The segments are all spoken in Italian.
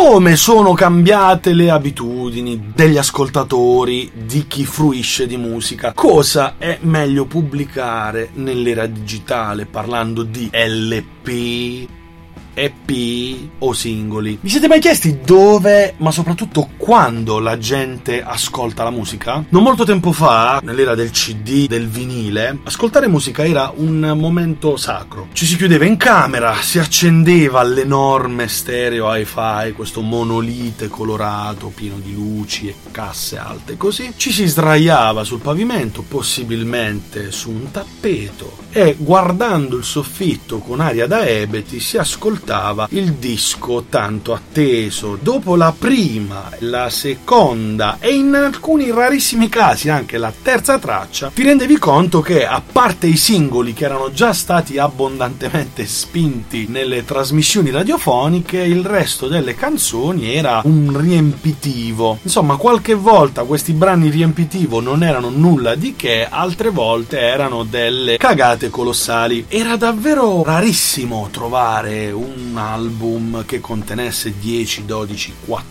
come sono cambiate le abitudini degli ascoltatori, di chi fruisce di musica. Cosa è meglio pubblicare nell'era digitale, parlando di LP, EP o singoli? Vi siete mai chiesti dove, ma soprattutto quando la gente ascolta la musica? Non molto tempo fa, nell'era del CD, del vinile, ascoltare musica era un momento sacro. Ci si chiudeva in camera, si accendeva l'enorme stereo hi-fi, questo monolite colorato pieno di luci e casse alte così, ci si sdraiava sul pavimento, possibilmente su un tappeto, e guardando il soffitto con aria da ebeti si ascoltava il disco tanto atteso. Dopo la prima, la seconda e in alcuni rarissimi casi anche la terza traccia, ti rendevi conto che, a parte i singoli che erano già stati abbondantemente spinti nelle trasmissioni radiofoniche, il resto delle canzoni era un riempitivo. Insomma, qualche volta questi brani riempitivo non erano nulla di che, altre volte erano delle cagate colossali. Era davvero rarissimo trovare un album che contenesse 10, 12,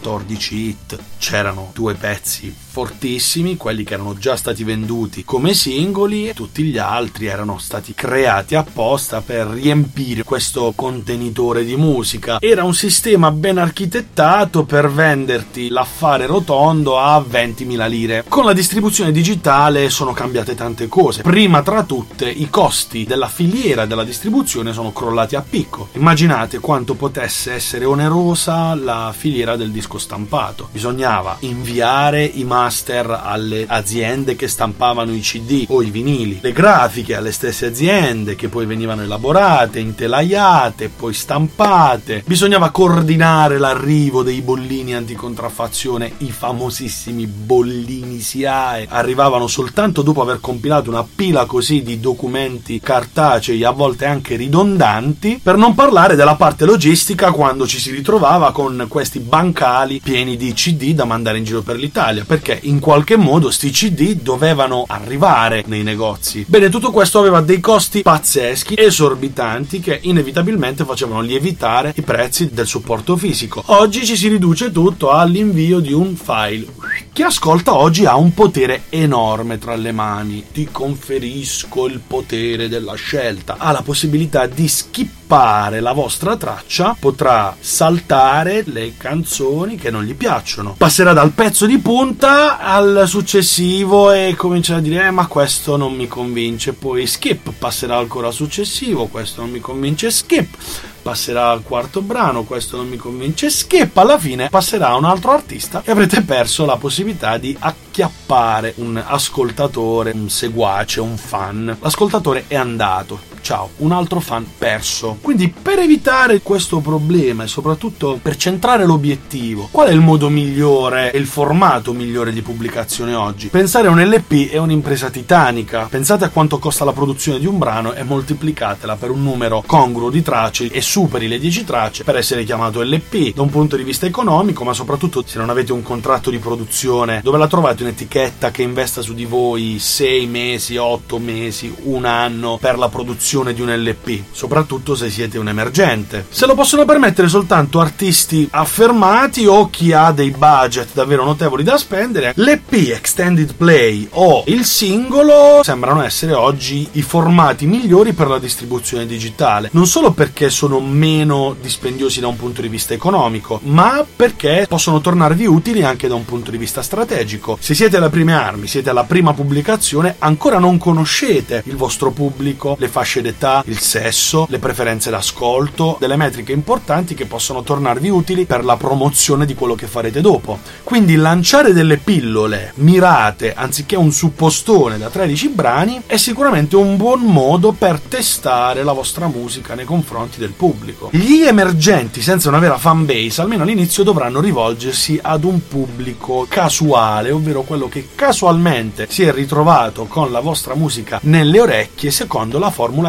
14 hit. C'erano 2 pezzi fortissimi, quelli che erano già stati venduti come singoli, e tutti gli altri erano stati creati apposta per riempire questo contenitore di musica. Era un sistema ben architettato per venderti l'affare rotondo a 20.000 lire. Con la distribuzione digitale sono cambiate tante cose. Prima tra tutte, i costi della filiera della distribuzione sono crollati a picco. Immaginate quanto potesse essere onerosa la filiera del disco stampato. Bisognava inviare i master alle aziende che stampavano i CD o i vinili, le grafiche alle stesse aziende che poi venivano elaborate, intelaiate, poi stampate. Bisognava coordinare l'arrivo dei bollini anticontraffazione, i famosissimi bollini SIAE. Arrivavano soltanto dopo aver compilato una pila così di documenti cartacei, a volte anche ridondanti, per non parlare della parte logistica, quando ci si ritrovava con questi bancali pieni di CD da mandare in giro per l'Italia, perché in qualche modo sti CD dovevano arrivare nei negozi. Bene, tutto questo aveva dei costi pazzeschi, esorbitanti, che inevitabilmente facevano lievitare i prezzi del supporto fisico. Oggi ci si riduce tutto all'invio di un file. Chi ascolta oggi ha un potere enorme tra le mani. Ti conferisco il potere della scelta. Ha la possibilità di skippare la vostra traccia, potrà saltare le canzoni che non gli piacciono, passerà dal pezzo di punta al successivo e comincerà a dire ma questo non mi convince, poi skip, passerà ancora al successivo, questo non mi convince, skip, passerà al quarto brano, questo non mi convince, skip, alla fine passerà a un altro artista e avrete perso la possibilità di acchiappare un ascoltatore, un seguace, un fan. L'ascoltatore è andato. Ciao, un altro fan perso. Quindi, per evitare questo problema e soprattutto per centrare l'obiettivo, qual è il modo migliore e il formato migliore di pubblicazione oggi? Pensare a un LP è un'impresa titanica. Pensate a quanto costa la produzione di un brano e moltiplicatela per un numero congruo di tracce e superi le 10 tracce per essere chiamato LP, da un punto di vista economico, ma soprattutto se non avete un contratto di produzione dove la trovate un'etichetta che investa su di voi 6 mesi, 8 mesi, un anno per la produzione di un LP, soprattutto se siete un emergente. Se lo possono permettere soltanto artisti affermati o chi ha dei budget davvero notevoli da spendere. L'EP, extended play o il singolo sembrano essere oggi i formati migliori per la distribuzione digitale, non solo perché sono meno dispendiosi da un punto di vista economico, ma perché possono tornarvi utili anche da un punto di vista strategico. Se siete alle prime armi, siete alla prima pubblicazione, ancora non conoscete il vostro pubblico, le fasce d'età, il sesso, le preferenze d'ascolto, delle metriche importanti che possono tornarvi utili per la promozione di quello che farete dopo. Quindi lanciare delle pillole mirate anziché un suppostone da 13 brani è sicuramente un buon modo per testare la vostra musica nei confronti del pubblico. Gli emergenti senza una vera fanbase almeno all'inizio dovranno rivolgersi ad un pubblico casuale, ovvero quello che casualmente si è ritrovato con la vostra musica nelle orecchie secondo la formula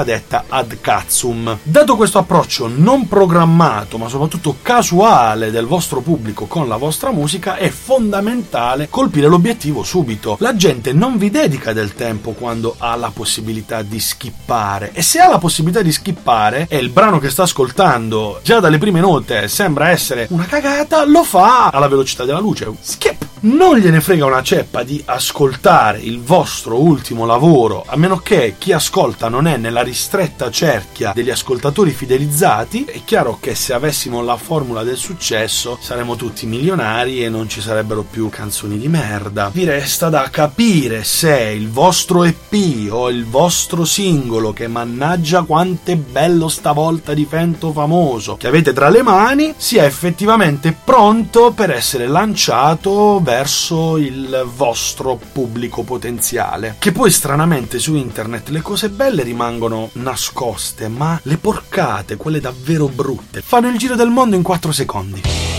detta ad cazzum. Dato questo approccio non programmato ma soprattutto casuale del vostro pubblico con la vostra musica, è fondamentale colpire l'obiettivo subito. La gente non vi dedica del tempo quando ha la possibilità di skippare, e se ha la possibilità di skippare e il brano che sta ascoltando già dalle prime note sembra essere una cagata, lo fa alla velocità della luce, skip. Non gliene frega una ceppa di ascoltare il vostro ultimo lavoro, a meno che chi ascolta non è nella ristretta cerchia degli ascoltatori fidelizzati. È chiaro che se avessimo la formula del successo saremmo tutti milionari e non ci sarebbero più canzoni di merda. Vi resta da capire se il vostro EP o il vostro singolo, che mannaggia quanto è bello stavolta divento famoso, che avete tra le mani, sia effettivamente pronto per essere lanciato verso il vostro pubblico potenziale. Che poi stranamente su internet le cose belle rimangono nascoste, ma le porcate, quelle davvero brutte, fanno il giro del mondo in 4 secondi.